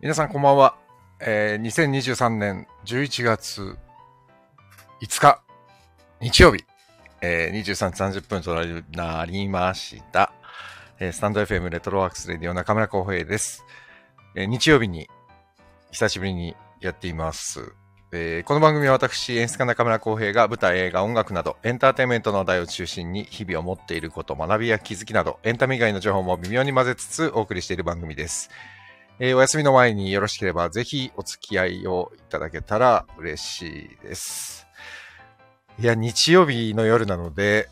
皆さんこんばんは。2023年11月5日日曜日、23時30分となりました。スタンド FM レトロワークスレディオ中村浩平です。日曜日に久しぶりにやっています。この番組は私、演出家中村浩平が舞台、映画、音楽などエンターテインメントの話題を中心に日々思っていること、学びや気づきなどエンタメ以外の情報も微妙に混ぜつつお送りしている番組です。お休みの前によろしければぜひお付き合いをいただけたら嬉しいです。いや、日曜日の夜なので、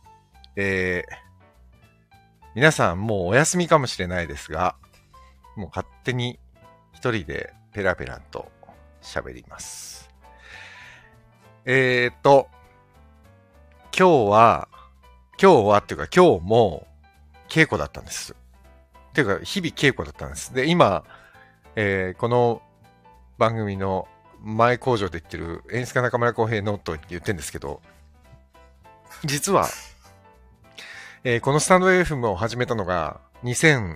皆さんもうお休みかもしれないですが、もう勝手に一人でペラペラと喋ります。今日はっていうか今日も稽古だったんです。っていうか日々稽古だったんです。で、今、この番組の前工場で言ってる演出家中村浩平ノートって言ってるんですけど、実は、このスタンド FM を始めたのが2021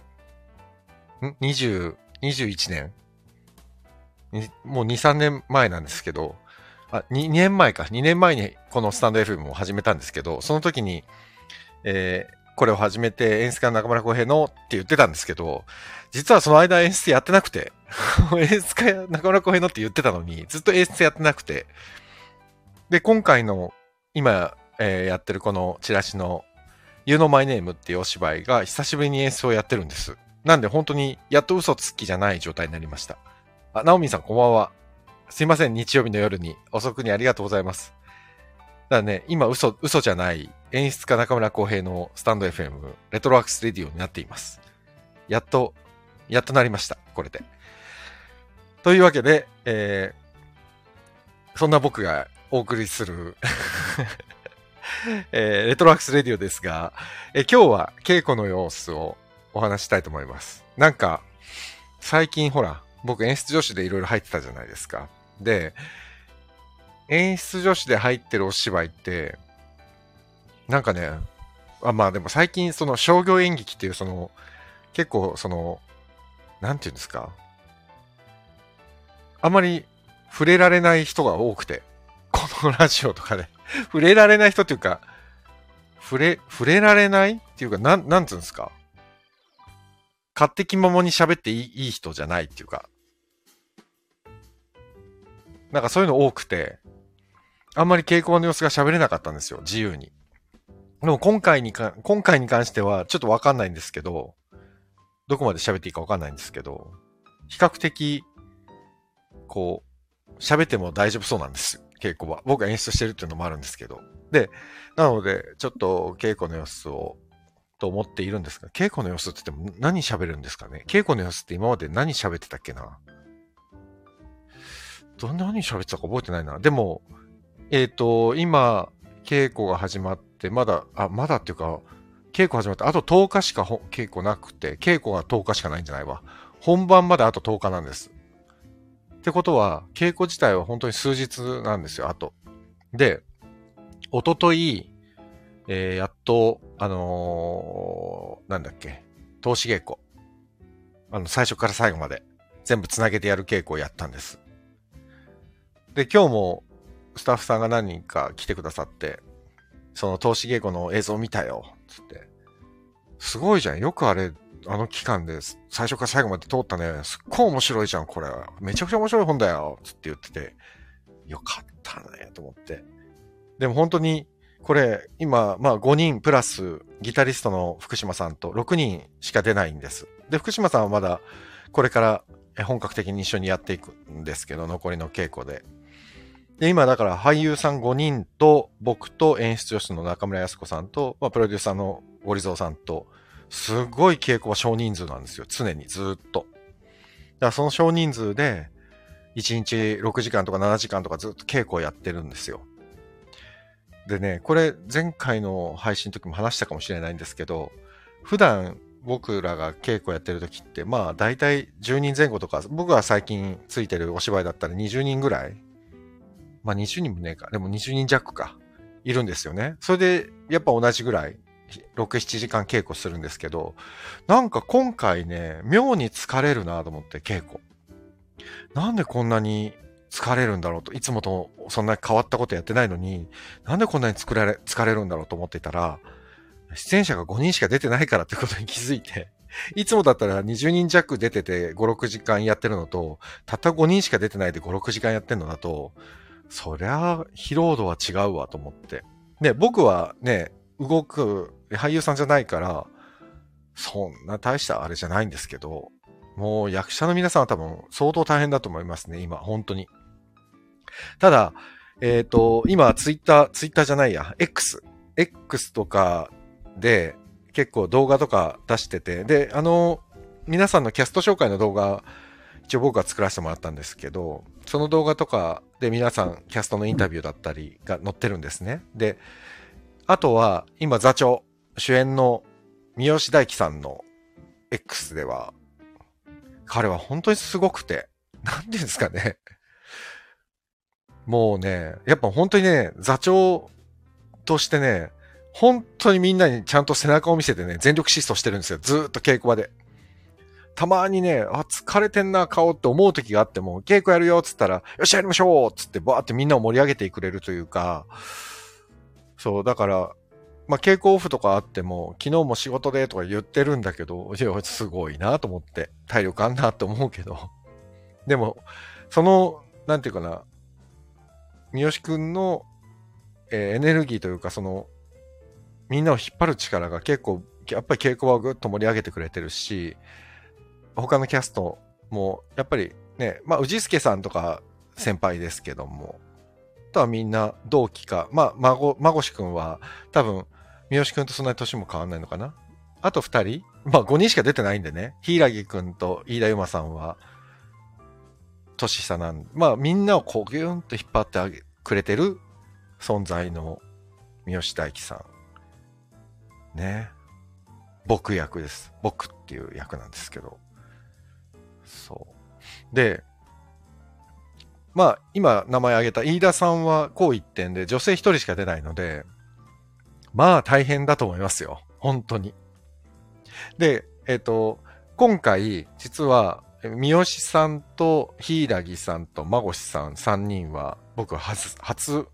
年もう2、3年前なんですけど、2年前にこのスタンド FM を始めたんですけど、その時に、これを始めて演出家の中村浩平のって言ってたんですけど、実はその間演出やってなくて、演出家中村浩平のって言ってたのに、ずっと演出やってなくて、で、今回の今、やってるこのチラシの You Know My Name っていうお芝居が久しぶりに演出をやってるんです。なんで本当にやっと嘘つきじゃない状態になりました。ナオミンさんこんばんは。すいません、日曜日の夜に遅くにありがとうございます。だからね、今嘘じゃない演出家中村浩平のスタンド FM レトロワークスレディオになっています。やっとなりました、これで。というわけで、そんな僕がお送りする、レトロワークスレディオですが、今日は稽古の様子をお話したいと思います。なんか、最近ほら、僕演出助手でいろいろ入ってたじゃないですか。で、演出助手で入ってるお芝居って、なんかね、まあでも最近その商業演劇っていうその、結構その、なんていうんですか。あまり触れられない人が多くて、このラジオとかで触れられない人っていうか、触れられないっていうか、なんつうんですか。勝手気ままに喋っていい人じゃないっていうか、なんかそういうの多くて、あんまり稽古場の様子が喋れなかったんですよ、自由に。でも今回に関してはちょっとわかんないんですけど、どこまで喋っていいかわかんないんですけど、比較的、こう、喋っても大丈夫そうなんですよ、稽古場。僕が演出してるっていうのもあるんですけど。で、なので、ちょっと稽古の様子を、と思っているんですが、稽古の様子って言っても何喋るんですかね。稽古の様子って今まで何喋ってたっけな。何喋ってたか覚えてないな。でも、今、稽古が始まって、まだっていうか、稽古始まって、あと10日しか稽古なくて、稽古が10日しかないんじゃないわ。本番まであと10日なんです。ってことは、稽古自体は本当に数日なんですよ、あと。で、おととい、やっと、なんだっけ、通し稽古。最初から最後まで、全部つなげてやる稽古をやったんです。で、今日も、スタッフさんが何人か来てくださって、その通し稽古の映像見たよ、つって。すごいじゃん。よくあれ、あの期間で最初から最後まで通ったね。すっごい面白いじゃん、これ。めちゃくちゃ面白い本だよ、つって言ってて。よかったね、と思って。でも本当に、これ、今、5人プラスギタリストの福島さんと6人しか出ないんです。で、福島さんはまだこれから本格的に一緒にやっていくんですけど、残りの稽古で。で、今だから俳優さん5人と僕と演出助手の中村康子さんと、プロデューサーの森蔵さんと、すごい稽古は少人数なんですよ。常にずっと。だからその少人数で、1日6時間とか7時間とかずっと稽古をやってるんですよ。でね、これ前回の配信の時も話したかもしれないんですけど、普段僕らが稽古やってる時って、だいたい10人前後とか、僕が最近ついてるお芝居だったら20人ぐらい、20人もねえか、でも20人弱か、いるんですよね。それで、やっぱ同じぐらい、6、7時間稽古するんですけど、なんか今回ね、妙に疲れるなと思って稽古。 なんでこんなに疲れるんだろうと、いつもとそんな変わったことやってないのに、なんでこんなに疲れるんだろうと思っていたら、出演者が5人しか出てないからってことに気づいて、いつもだったら20人弱出てて5、6時間やってるのと、たった5人しか出てないで5、6時間やってるのだと、そりゃ疲労度は違うわと思って。で、僕はね、動く俳優さんじゃないから、そんな大したあれじゃないんですけど、もう役者の皆さんは多分相当大変だと思いますね、今、本当に。ただ、今、ツイッターじゃないや、X とかで結構動画とか出してて、で、皆さんのキャスト紹介の動画、一応僕が作らせてもらったんですけど、その動画とかで皆さんキャストのインタビューだったりが載ってるんですね。で、あとは今座長、主演の三好大輝さんの X では、彼は本当にすごくて、なんていうんですかね。もうね、やっぱ本当にね、座長としてね、本当にみんなにちゃんと背中を見せてね、全力疾走してるんですよ。ずーっと稽古場で。たまにね、疲れてんな、顔って思う時があっても、稽古やるよ、つったら、よっしゃ、やりましょうつって、バーってみんなを盛り上げてくれるというか、そう、だから、まあ、稽古オフとかあっても、昨日も仕事でとか言ってるんだけど、いや、すごいなと思って、体力あんなって思うけど、でも、その、なんていうかな、三好くんの、エネルギーというか、みんなを引っ張る力が結構、やっぱり稽古場をぐっと盛り上げてくれてるし、他のキャストも、やっぱりね、まあ、氏助さんとか先輩ですけども、あとはみんな同期か、まあ、孫子くんは多分、三好くんとそんなに年も変わんないのかな。あと2人まあ5人しか出てないんでね。柊くんと飯田由馬さんは年下なんで、まあみんなをこうギューンと引っ張ってくれてる存在の三好大輝さん。ね。僕役です。僕っていう役なんですけど。そう。で、まあ今名前挙げた飯田さんはこう一点で女性一人しか出ないので、まあ大変だと思いますよ。本当に。で、今回、実は、三好さんと柊さんと孫さん3人は、僕は初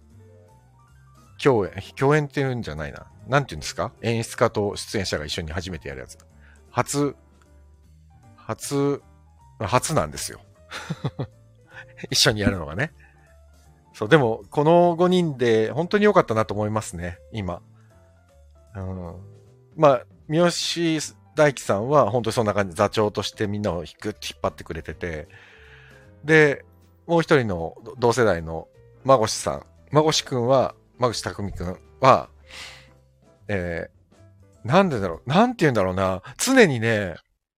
共演っていうんじゃないな。なんていうんですか？演出家と出演者が一緒に初めてやるやつ。初、初、初なんですよ。一緒にやるのがね。そう、でも、この5人で本当に良かったなと思いますね、今。うん。まあ、三好大輝さんは本当にそんな感じ、座長としてみんなをグッと引っ張ってくれてて、で、もう一人の同世代の孫さん、孫くんは、孫匠くんは、なんでだろう、なんて言うんだろうな、常にね、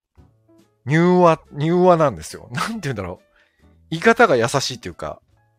柔和なんですよ。なんて言うんだろう。言い方が優しいっていうか、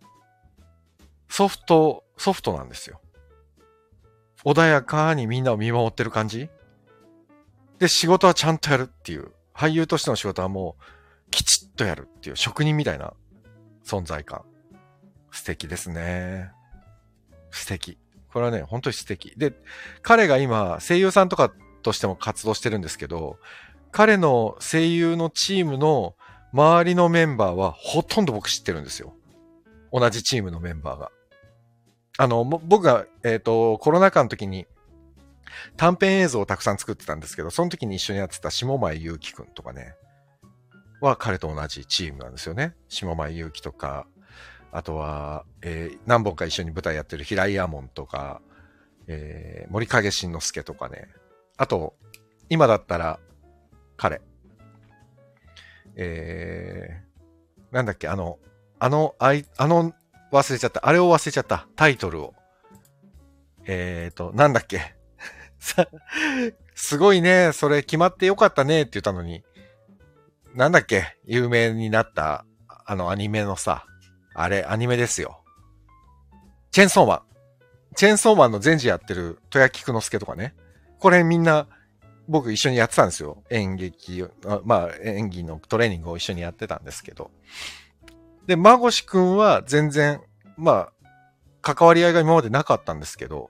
ソフトなんですよ。穏やかにみんなを見守ってる感じで、仕事はちゃんとやるっていう。俳優としての仕事はもう、きちっとやるっていう職人みたいな存在感。素敵ですね。素敵。これはね、本当に素敵。で、彼が今、声優さんとかとしても活動してるんですけど、彼の声優のチームの周りのメンバーはほとんど僕知ってるんですよ。同じチームのメンバーが。僕が、コロナ禍の時に短編映像をたくさん作ってたんですけど、その時に一緒にやってた下前祐希くんとかね、は彼と同じチームなんですよね。下前祐希とか、あとは、何本か一緒に舞台やってる平井亜門とか、森影慎之介とかね。あと、今だったら、彼。なんだっけ、忘れちゃった。あれを忘れちゃった。タイトルを。なんだっけ。すごいね。それ決まってよかったねって言ったのに。なんだっけ。有名になった、アニメのさ。あれ、アニメですよ。チェーンソーマン。チェーンソーマンの前時やってる戸谷菊之助とかね。これみんな、僕一緒にやってたんですよ。演技のトレーニングを一緒にやってたんですけど。で、孫くんは全然、まあ、関わり合いが今までなかったんですけど、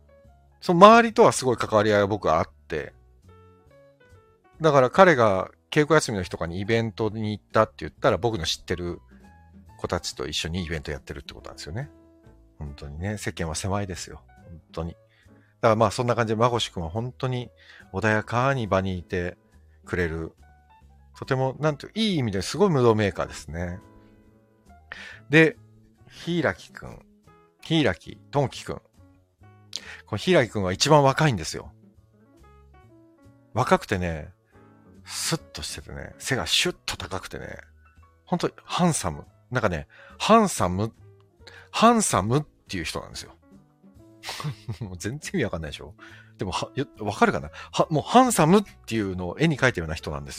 その周りとはすごい関わり合いが僕はあって、だから彼が稽古休みの日とかにイベントに行ったって言ったら、僕の知ってる子たちと一緒にイベントやってるってことなんですよね。本当にね、世間は狭いですよ。本当に。だからまあそんな感じで、まごしくんは本当に穏やかに場にいてくれる。とても、なんていう、いい意味ですごいムードメーカーですね。で、柊くん。柊とんきくん。この柊くんは一番若いんですよ。若くてね、スッとしててね、背がシュッと高くてね、本当にハンサム。なんかね、ハンサムっていう人なんですよ。もう全然意味わかんないでしょ。でもわかるかなもうハンサムっていうのを絵に描いたような人なんです。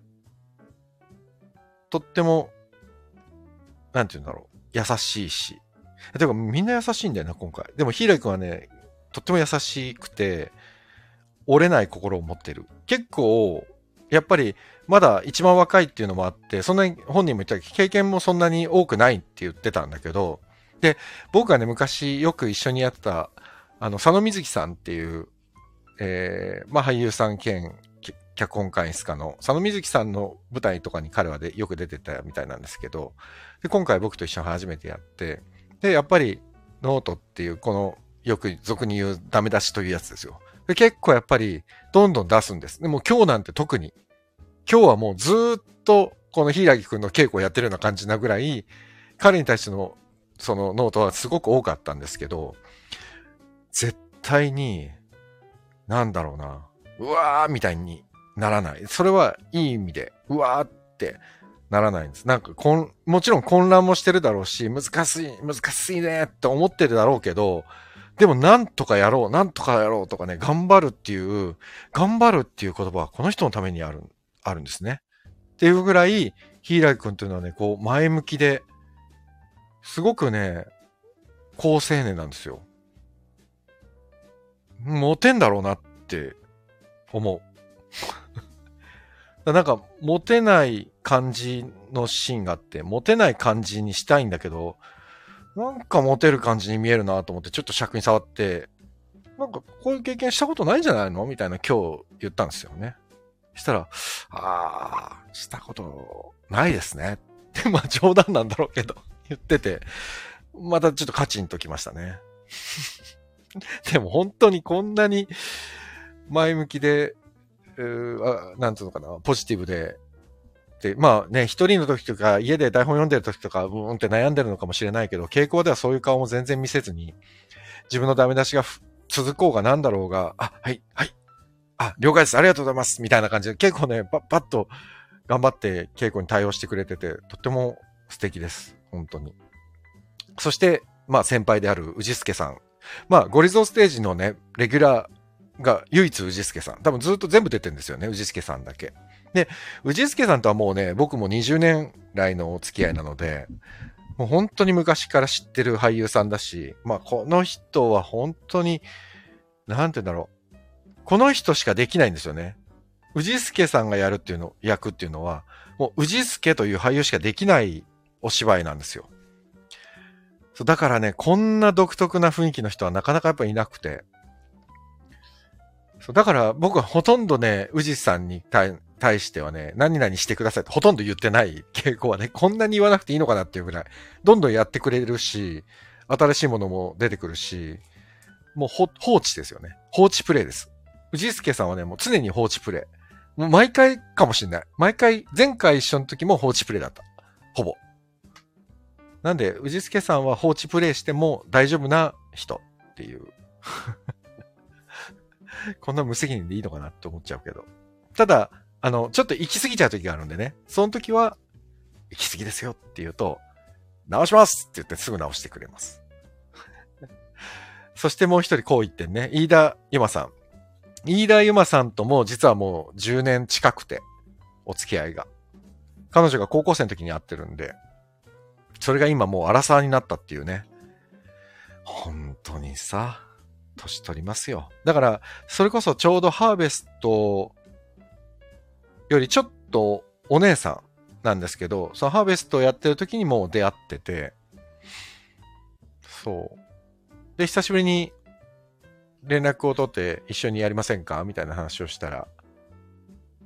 とっても、なんて言うんだろう。優しいし。てかみんな優しいんだよな、今回。でもヒーライ君はね、とっても優しくて、折れない心を持ってる。結構、やっぱり、まだ一番若いっていうのもあって、そんなに本人も言ったけど、経験もそんなに多くないって言ってたんだけど、で、僕がね、昔よく一緒にやってた、佐野瑞希さんっていう、まあ俳優さん兼脚本家演出家の佐野瑞希さんの舞台とかに彼はでよく出てたみたいなんですけど、で今回僕と一緒に初めてやって、で、やっぱりノートっていうこのよく俗に言うダメ出しというやつですよ。で結構やっぱりどんどん出すんです。でも今日なんて特に、今日はもうずーっとこの柊くんの稽古をやってるような感じなぐらい、彼に対してのそのノートはすごく多かったんですけど、絶対に、なんだろうな、うわーみたいにならない。それはいい意味で、うわーってならないんです。なんかもちろん混乱もしてるだろうし、難しいねって思ってるだろうけど、でもなんとかやろうとかね、頑張るっていう言葉はこの人のためにあるんですね。っていうぐらい、柊くんというのはね、こう前向きで、すごくね、好青年なんですよ。モテんだろうなって思う。なんか、モテない感じのシーンがあって、モテない感じにしたいんだけど、なんかモテる感じに見えるなと思って、ちょっと尺に触って、なんかこういう経験したことないんじゃないのみたいな今日言ったんですよね。したら、したことないですね。ってまあ冗談なんだろうけど、言ってて、またちょっとカチンときましたね。でも本当にこんなに前向きで、なんつうのかな、ポジティブで、まあね、一人の時とか、家で台本読んでる時とか、って悩んでるのかもしれないけど、稽古ではそういう顔も全然見せずに、自分のダメ出しが続こうがなんだろうが、はい、了解です、ありがとうございます、みたいな感じで、結構ね、パッと頑張って稽古に対応してくれてて、とっても素敵です。本当に。そして、まあ先輩である宇治助さん。まあ、ゴリゾーステージのね、レギュラーが唯一宇治助さん。多分ずっと全部出てるんですよね、宇治助さんだけ。で、宇治助さんとはもうね、僕も20年来のお付き合いなので、もう本当に昔から知ってる俳優さんだし、まあこの人は本当に、なんて言うんだろう。この人しかできないんですよね。宇治助さんがやるっていうの、役っていうのは、もう宇治助という俳優しかできないお芝居なんですよ。そうだからね、こんな独特な雰囲気の人はなかなかやっぱいなくて。そうだから僕はほとんどね、宇治さんに対してはね、何々してくださいってほとんど言ってない傾向はね、こんなに言わなくていいのかなっていうぐらい、どんどんやってくれるし、新しいものも出てくるし、もう放置ですよね。放置プレイです。宇治助さんはね、もう常に放置プレイ。もう毎回かもしれない。前回一緒の時も放置プレイだった。ほぼ。なんで、宇治助さんは放置プレイしても大丈夫な人っていう。こんな無責任でいいのかなって思っちゃうけど。ただ、ちょっと行き過ぎちゃう時があるんでね。その時は、行き過ぎですよって言うと、直しますって言ってすぐ直してくれます。そしてもう一人こう言ってね、飯田ゆまさん。飯田ゆまさんとも実はもう10年近くて、お付き合いが。彼女が高校生の時に会ってるんで、それが今もうアラサーになったっていうね。本当にさ、年取りますよ。だから、それこそちょうどハーベストよりちょっとお姉さんなんですけど、そのハーベストをやってる時にもう出会ってて、そう。で、久しぶりに連絡を取って一緒にやりませんかみたいな話をしたら、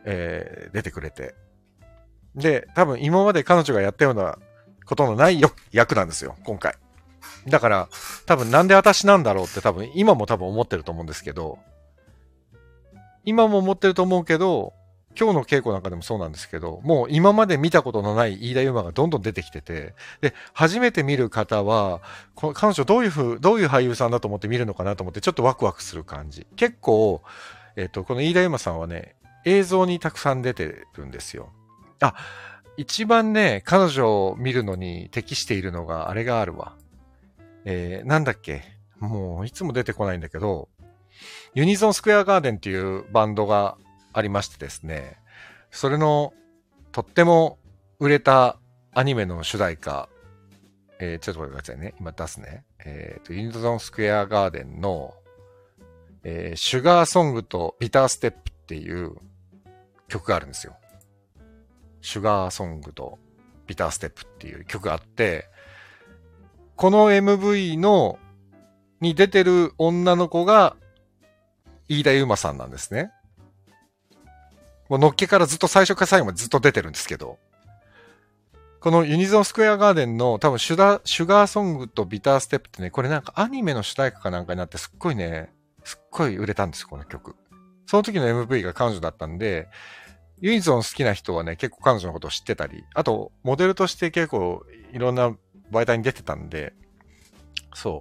出てくれて。で、多分今まで彼女がやったようなことのない役なんですよ、今回。だから、多分なんで私なんだろうって今も多分思ってると思うんですけど、今も思ってると思うけど、今日の稽古なんかでもそうなんですけど、もう今まで見たことのない飯田悠馬がどんどん出てきてて、で、初めて見る方は、この彼女どういう俳優さんだと思って見るのかなと思ってちょっとワクワクする感じ。結構、この飯田悠馬さんはね、映像にたくさん出てるんですよ。一番ね、彼女を見るのに適しているのが、あれがあるわ。なんだっけ。もう、いつも出てこないんだけど、ユニゾンスクエアガーデンっていうバンドがありましてですね、それのとっても売れたアニメの主題歌、ちょっと待ってくださいね。今出すね。ユニゾンスクエアガーデンの、シュガーソングとビターステップっていう曲があるんですよ。シュガーソングとビターステップっていう曲があって、この MV に出てる女の子が飯田悠馬さんなんですね。もうのっけからずっと最初から最後までずっと出てるんですけど、このユニゾンスクエアガーデンの多分シュガーソングとビターステップってね、これなんかアニメの主題歌かなんかになってすっごい売れたんですよ、この曲。その時の MV が彼女だったんで、ユニゾン好きな人はね、結構彼女のことを知ってたり、あと、モデルとして結構いろんな媒体に出てたんで、そう。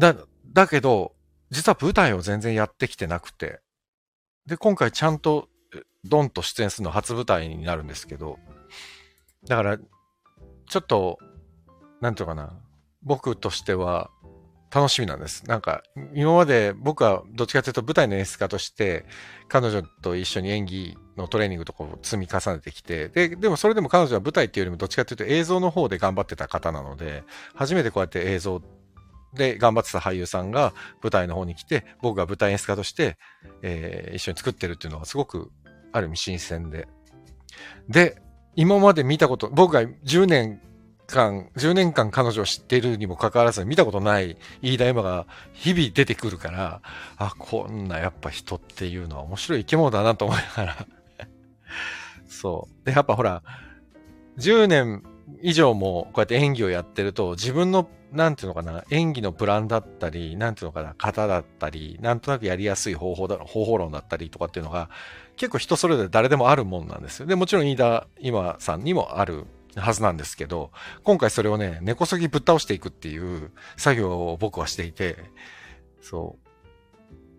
だけど、実は舞台を全然やってきてなくて、で、今回ちゃんとドンと出演するの初舞台になるんですけど、だから、ちょっと、なんていうかな、僕としては楽しみなんです。なんか、今まで僕はどっちかというと舞台の演出家として、彼女と一緒に演技のトレーニングとかを積み重ねてきて、でもそれでも彼女は舞台っていうよりもどっちかというと映像の方で頑張ってた方なので、初めてこうやって映像で頑張ってた俳優さんが舞台の方に来て、僕が舞台演出家として、一緒に作ってるっていうのはすごくある意味新鮮で。で、今まで見たこと、僕が10年間彼女を知っているにもかかわらず見たことない飯田山が日々出てくるから、こんなやっぱ人っていうのは面白い生き物だなと思いながらそう。で、やっぱほら、10年以上もこうやって演技をやってると、自分の、なんていうのかな、演技のプランだったり、なんていうのかな、型だったり、なんとなくやりやすい方法論だったりとかっていうのが、結構人それぞれ誰でもあるもんなんですよ。で、もちろん飯田今さんにもあるはずなんですけど、今回それをね、根こそぎぶっ倒していくっていう作業を僕はしていて、そう。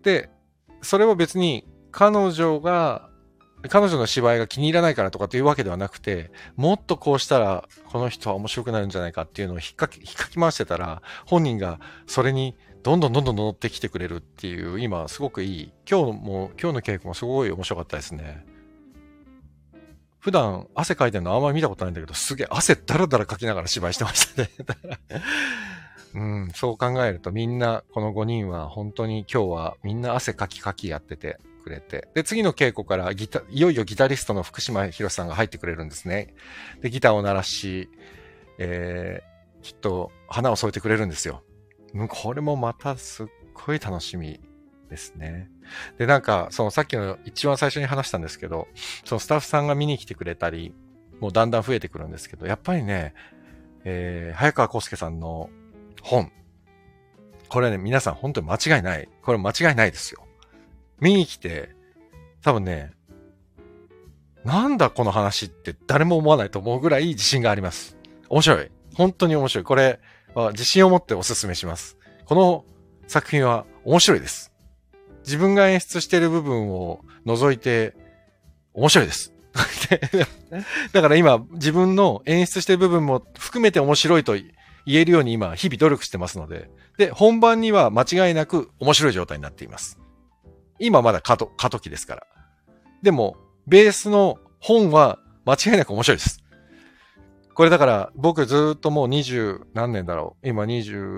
で、それは別に彼女の芝居が気に入らないからとかっていうわけではなくて、もっとこうしたらこの人は面白くなるんじゃないかっていうのを引っかき回してたら、本人がそれにどんどん乗ってきてくれるっていう、今すごくいい。今日の稽古もすごい面白かったですね。普段汗かいてるのあんまり見たことないんだけど、すげえ汗だらだらかきながら芝居してましたね。うん、そう考えるとみんな、この5人は本当に今日はみんな汗かきやっててくれて。で、次の稽古からいよいよギタリストの福島博さんが入ってくれるんですね。で、ギターを鳴らし、きっと花を添えてくれるんですよ。これもまたすっごい楽しみですね。で、なんか、そのさっきの一番最初に話したんですけど、そのスタッフさんが見に来てくれたり、もうだんだん増えてくるんですけど、やっぱりね、早川康介さんの本。これね、皆さん本当に間違いない。これ間違いないですよ。見に来て、多分ね、なんだこの話って誰も思わないと思うぐらい自信があります。面白い。本当に面白い。これは自信を持ってお勧めします。この作品は面白いです。自分が演出している部分を除いて面白いです。だから今自分の演出している部分も含めて面白いと言えるように今日々努力してますので、で、本番には間違いなく面白い状態になっています。今まだ過渡期ですから。でも、ベースの本は間違いなく面白いです。これだから僕ずっともう20何年だろう。今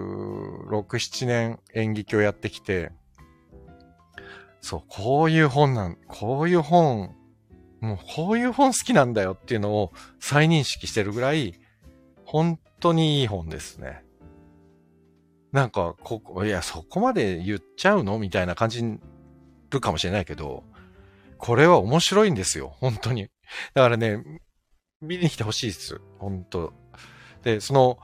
26、7年演劇をやってきて、そう、こういう本もうこういう本好きなんだよっていうのを再認識してるぐらい、本当にいい本ですね。なんか、いや、そこまで言っちゃうのみたいな感じるかもしれないけど、 これは面白いんですよ。本当に。だからね、見に来てほしいです。本当。で、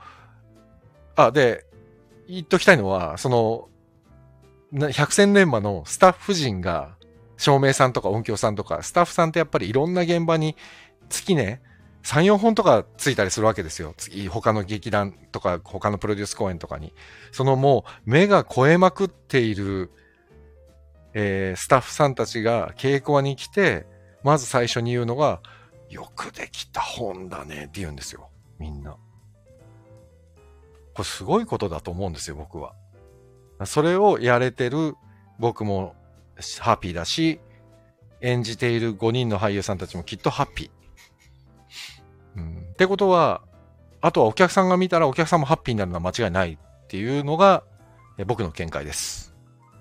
で、言っときたいのは、百戦錬磨のスタッフ陣が、照明さんとか音響さんとか、スタッフさんってやっぱりいろんな現場に月ね、3、4本とかついたりするわけですよ。他の劇団とか、他のプロデュース公演とかに。もう、目が超えまくっている、スタッフさんたちが稽古場に来て、まず最初に言うのが、よくできた本だねって言うんですよ。みんな。これすごいことだと思うんですよ、僕は。それをやれてる僕もハッピーだし、演じている5人の俳優さんたちもきっとハッピー。ってことは、あとはお客さんが見たらお客さんもハッピーになるのは間違いないっていうのが僕の見解です。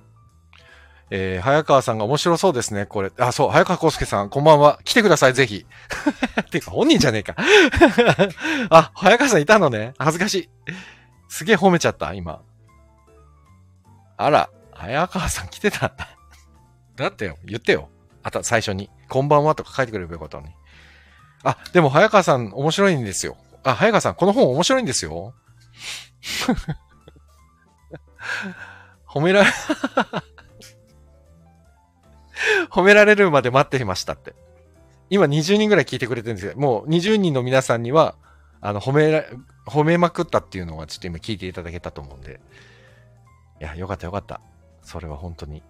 早川さんが面白そうですね、これ。あ、そう、早川康介さん、こんばんは。来てください、ぜひ。てか、本人じゃねえか。あ、早川さんいたのね。恥ずかしい。すげえ褒めちゃった、今。あら、早川さん来てたんだ。だってよ、言ってよ。最初に。こんばんはとか書いてくれればよかったのに。あ、でも早川さん面白いんですよ。あ、早川さん、この本面白いんですよ。褒められ、褒められるまで待っていましたって。今20人ぐらい聞いてくれてるんですけど、もう20人の皆さんには、褒めまくったっていうのはちょっと今聞いていただけたと思うんで。いや、よかったよかった。それは本当に。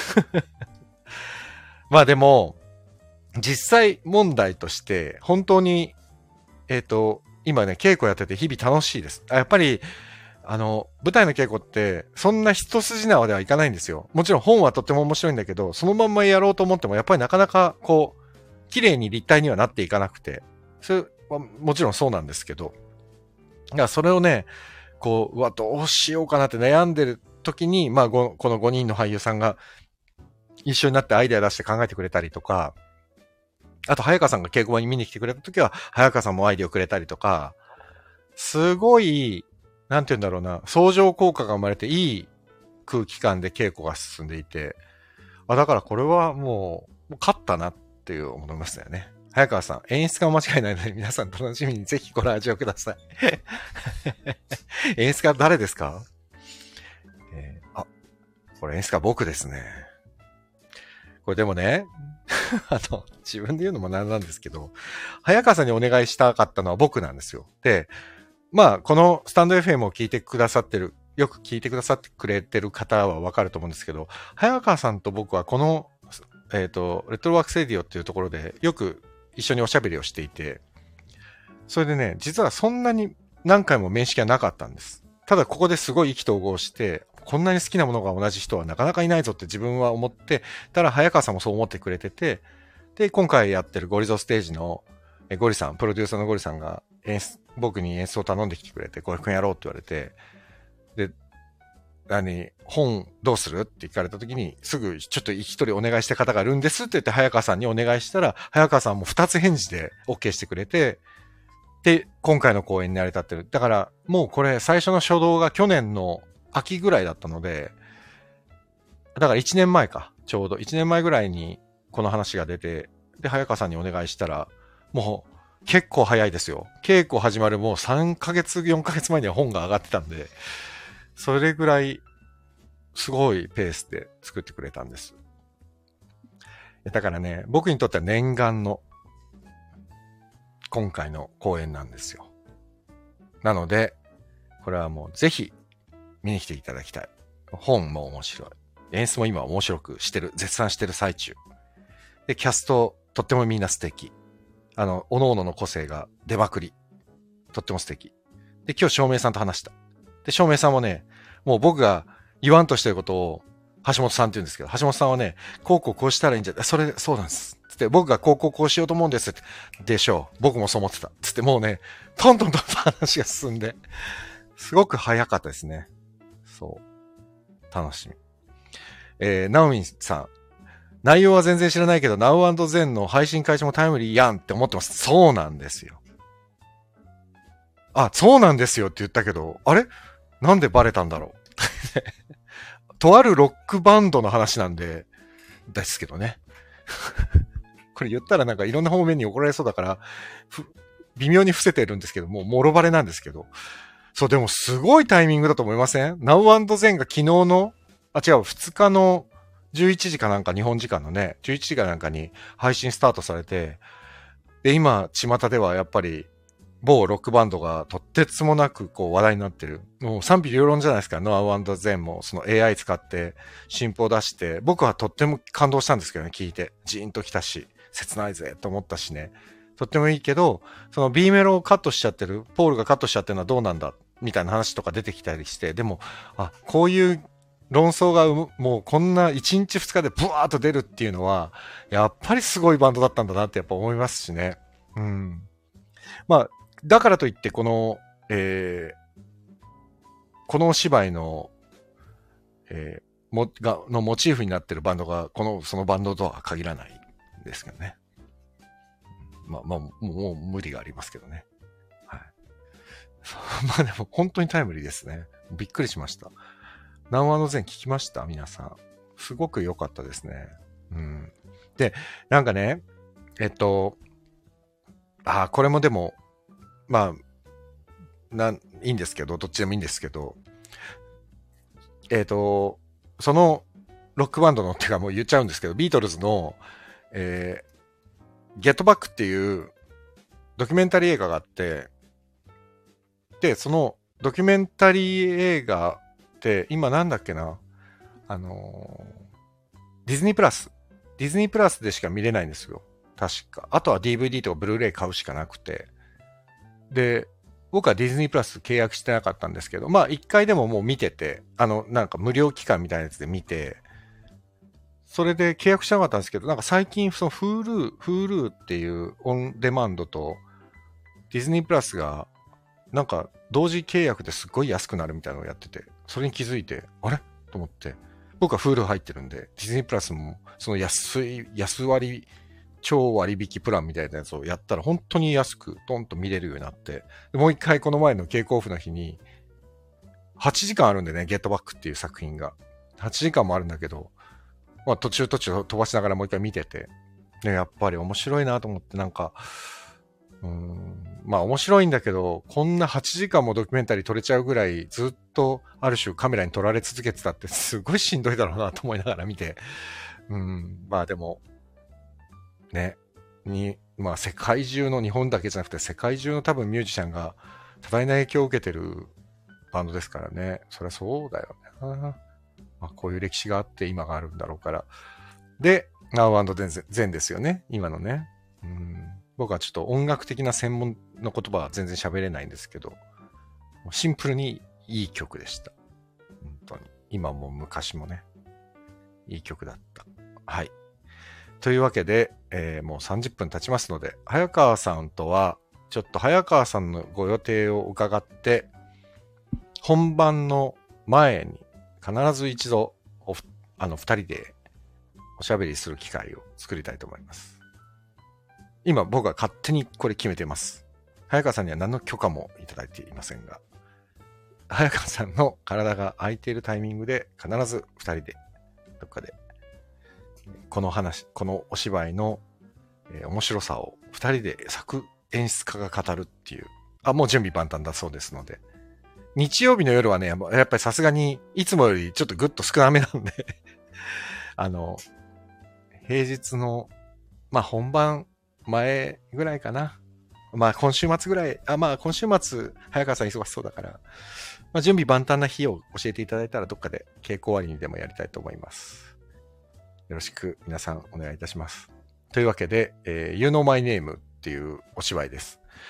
まあでも、実際問題として、本当に、今ね、稽古やってて日々楽しいです。やっぱり、舞台の稽古って、そんな一筋縄ではいかないんですよ。もちろん本はとっても面白いんだけど、そのまんまやろうと思っても、やっぱりなかなか、綺麗に立体にはなっていかなくて、それはもちろんそうなんですけど、だからそれをね、どうしようかなって悩んでる時に、まあ、この5人の俳優さんが一緒になってアイデア出して考えてくれたりとか、あと、早川さんが稽古場に見に来てくれた時は、早川さんもアイデアをくれたりとか、すごい、なんて言うんだろうな、相乗効果が生まれていい空気感で稽古が進んでいて、だからこれはもう勝ったなっていう思いましたよね。早川さん、演出家も間違いないので、皆さん楽しみにぜひご来場ください。演出家誰ですか？これ演出家僕ですね。これでもね、自分で言うのもなんなんですけど、早川さんにお願いしたかったのは僕なんですよ。で、まあ、このスタンド FM を聞いてくださってる、よく聞いてくださってくれてる方はわかると思うんですけど、早川さんと僕はこの、レトロワークスレディオっていうところでよく一緒におしゃべりをしていて、それでね、実はそんなに何回も面識はなかったんです。ただここですごい意気投合して、こんなに好きなものが同じ人はなかなかいないぞって自分は思って、ただ早川さんもそう思ってくれてて、で、今回やってるゴリゾステージのゴリさん、プロデューサーのゴリさんが僕に演奏を頼んできてくれて、これくんやろうって言われて、で、本どうするって聞かれた時に、すぐちょっと一人お願いした方がいるんですって言って早川さんにお願いしたら、早川さんも2つ返事で OK してくれて、で、今回の公演に成り立ってる。だから、もうこれ最初の初動が去年の秋ぐらいだったので、だから1年前か。ちょうど1年前ぐらいにこの話が出て、で、早川さんにお願いしたら、もう結構早いですよ。稽古始まるもう3ヶ月、4ヶ月前には本が上がってたんで、それぐらいすごいペースで作ってくれたんです。だからね、僕にとっては念願の今回の公演なんですよ。なので、これはもうぜひ見に来ていただきたい。本も面白い。演出も今面白くしてる、絶賛してる最中。で、キャスト、とってもみんな素敵。各々の個性が出まくり。とっても素敵。で、今日照明さんと話した。で、照明さんもね、もう僕が言わんとしてることを、橋本さんって言うんですけど、橋本さんはね、こうしたらいいんじゃ、そうなんです。つって、僕がこうしようと思うんですって。でしょう。僕もそう思ってた。つって、もうね、トントン話が進んで、すごく早かったですね。そう。楽しみ。ナオミンさん。内容は全然知らないけど、Now and Then の配信開始もタイムリーやんって思ってます。そうなんですよ。あ、そうなんですよって言ったけど、あれなんでバレたんだろうとあるロックバンドの話なんで、ですけどね。 これ言ったらなんかいろんな方面に怒られそうだから、微妙に伏せてるんですけども、もろバレなんですけど。そう、でもすごいタイミングだと思いません？ Now& Zen が昨日の、2日の11時かなんか、日本時間のね、11時かなんかに配信スタートされて、で、今、巷ではやっぱり、某ロックバンドがとってつもなくこう話題になってる。もう賛否両論じゃないですか。Now& Zen もその AI 使って進歩を出して、僕はとっても感動したんですけどね、聞いて。ジーンときたし、切ないぜと思ったしね。とってもいいけど、その B メロをカットしちゃってる、ポールがカットしちゃってるのはどうなんだみたいな話とか出てきたりして、でも、こういう論争がもうこんな1日2日でブワーッと出るっていうのは、やっぱりすごいバンドだったんだなってやっぱ思いますしね。うん。まあ、だからといって、このお芝居の、のモチーフになってるバンドが、そのバンドとは限らないんですけどね。もう無理がありますけどね。はい。まあでも本当にタイムリーですね。びっくりしました。南和の前聞きました皆さん。すごく良かったですね。うん。で、なんかね、これもでも、まあ、いいんですけど、どっちでもいいんですけど、そのロックバンドのってかもう言っちゃうんですけど、ビートルズの、ゲットバックっていうドキュメンタリー映画があって、で、そのドキュメンタリー映画って今なんだっけな、ディズニープラス。ディズニープラスでしか見れないんですよ。確か。あとは DVD とかブルーレイ買うしかなくて。で、僕はディズニープラス契約してなかったんですけど、まあ一回でももう見てて、なんか無料期間みたいなやつで見て、それで契約してなかったんですけど、なんか最近その Hulu っていうオンデマンドとディズニープラスがなんか同時契約ですっごい安くなるみたいなのをやってて、それに気づいて、あれと思って、僕は Hulu 入ってるんで、ディズニープラスもその安割、超割引プランみたいなやつをやったら本当に安くトンと見れるようになって、もう一回この前のケイクオフの日に、8時間あるんでね、ゲットバックっていう作品が。8時間もあるんだけど、まあ途中飛ばしながらもう一回見てて、ね、やっぱり面白いなと思ってなんか、まあ面白いんだけど、こんな8時間もドキュメンタリー撮れちゃうぐらいずっとある種カメラに撮られ続けてたってすごいしんどいだろうなと思いながら見て、まあでも、ね、まあ世界中の日本だけじゃなくて世界中の多分ミュージシャンが多大な影響を受けてるバンドですからね。そりゃそうだよね。まあ、こういう歴史があって今があるんだろうから。で、Now& Zen ですよね。今のね。僕はちょっと音楽的な専門の言葉は全然喋れないんですけど、シンプルにいい曲でした。本当に。今も昔もね、いい曲だった。はい。というわけで、もう30分経ちますので、早川さんとは、ちょっと早川さんのご予定を伺って、本番の前に必ず一度二人でおしゃべりする機会を作りたいと思います。今僕は勝手にこれ決めています。早川さんには何の許可もいただいていませんが、早川さんの体が空いているタイミングで必ず二人でどっかでこのお芝居の、面白さを二人で演出家が語るっていう、もう準備万端だそうですので、日曜日の夜はね、やっぱりさすがにいつもよりちょっとぐっと少なめなんで平日の、まあ本番前ぐらいかな。まあ今週末ぐらい、まあ今週末、早川さん忙しそうだから、まあ準備万端な日を教えていただいたらどっかで稽古終わりにでもやりたいと思います。よろしく皆さんお願いいたします。というわけで、You Know My Name っていうお芝居です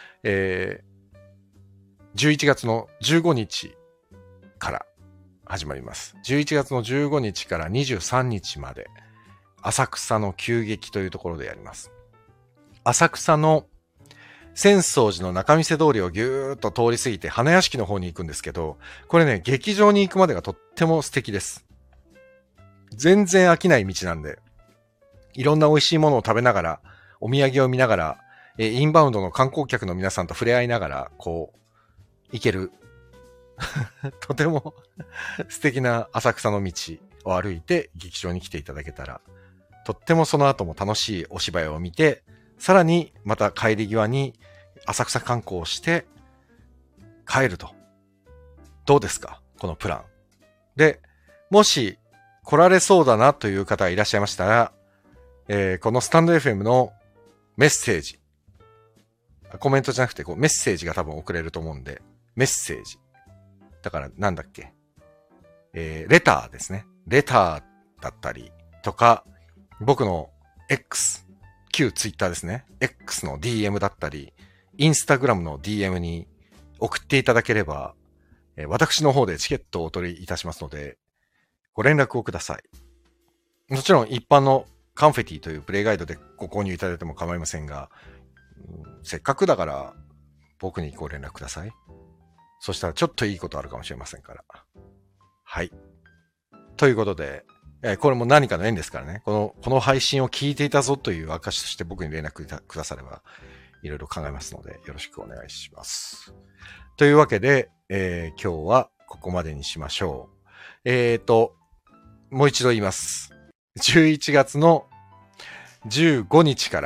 。11月の15日から始まります。11月の15日から23日まで、浅草の急激というところでやります。浅草の浅草寺の仲見世通りをぎゅーっと通り過ぎて花屋敷の方に行くんですけど、これね、劇場に行くまでがとっても素敵です。全然飽きない道なんで、いろんな美味しいものを食べながら、お土産を見ながら、インバウンドの観光客の皆さんと触れ合いながら、こう、行ける。とても素敵な浅草の道を歩いて劇場に来ていただけたらとってもその後も楽しいお芝居を見て、さらにまた帰り際に浅草観光をして帰ると。どうですかこのプラン。で、もし来られそうだなという方がいらっしゃいましたら、このスタンド FM のメッセージ。コメントじゃなくてメッセージが多分送れると思うんで、メッセージ。だからなんだっけ。レターですね。レターだったりとか、僕の X、旧 Twitter ですね。X の DM だったり、Instagram の DM に送っていただければ、私の方でチケットをお取りいたしますので、ご連絡をください。もちろん一般のカンフェティというプレイガイドでご購入いただいても構いませんが、せっかくだから僕にご連絡ください。そしたらちょっといいことあるかもしれませんから。はい。ということで、これも何かの縁ですからね。この配信を聞いていたぞという証として僕に連絡くだされば、いろいろ考えますので、よろしくお願いします。というわけで、今日はここまでにしましょう。もう一度言います。11月の15日から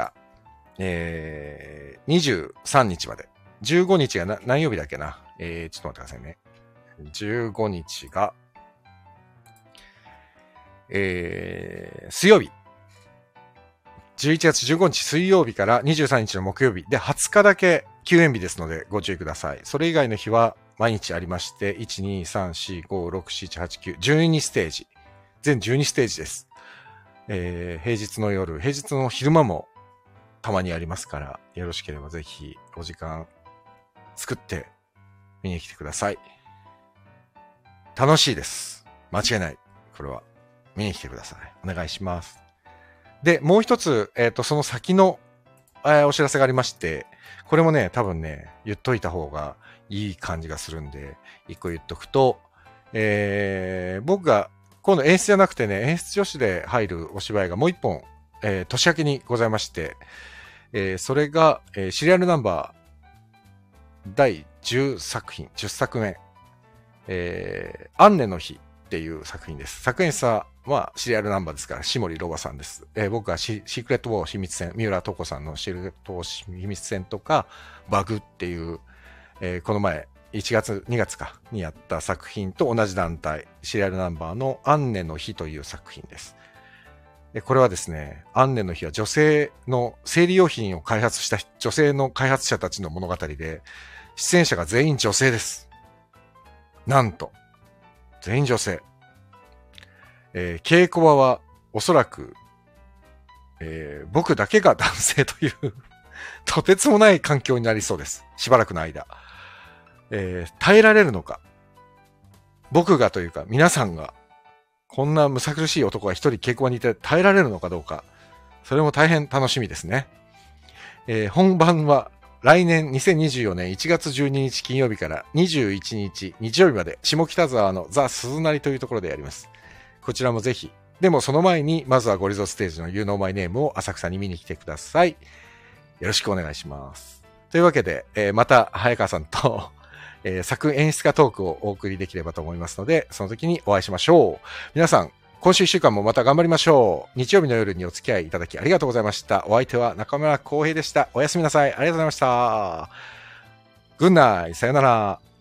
、23日まで。15日が何曜日だっけな。ちょっと待ってくださいね。15日が、水曜日。11月15日水曜日から23日の木曜日で20日だけ休園日ですのでご注意ください。それ以外の日は毎日ありまして、1、2、3、4、5、6、7、8、9、12ステージ。全12ステージです。平日の夜、平日の昼間もたまにありますから、よろしければぜひお時間作って見に来てください。楽しいです。間違いない。これは。見に来てください。お願いします。で、もう一つ、その先の、お知らせがありまして、これもね、多分ね、言っといた方がいい感じがするんで、一個言っとくと、僕が、今度演出じゃなくてね、演出助手で入るお芝居がもう一本、年明けにございまして、それが、シリアルナンバー第10作品、10作目、アンネの日っていう作品です。作演出は、シリアルナンバーですから、下森ロバさんです。僕はシークレットウォー秘密戦、三浦透子さんのシークレットウォー秘密戦とか、バグっていう、この前、1月、2月か、にやった作品と同じ団体、シリアルナンバーのアンネの日という作品です。これはですね、アンネの日は女性の生理用品を開発した女性の開発者たちの物語で、出演者が全員女性です。なんと、全員女性。稽古場はおそらく、僕だけが男性というとてつもない環境になりそうです。しばらくの間。耐えられるのか。僕がというか皆さんがこんなむさ苦しい男が一人稽古場にいて耐えられるのかどうか。それも大変楽しみですね。本番は来年2024年1月12日金曜日から21日日曜日まで下北沢のザ・鈴なりというところでやります。こちらもぜひ。でもその前に、まずはゴリゾステージの You Know My Name を浅草に見に来てください。よろしくお願いします。というわけで、また早川さんと、作演出家トークをお送りできればと思いますので、その時にお会いしましょう。皆さん、今週1週間もまた頑張りましょう。日曜日の夜にお付き合いいただきありがとうございました。お相手は中村浩平でした。おやすみなさい。ありがとうございました。グッナイ、さよなら。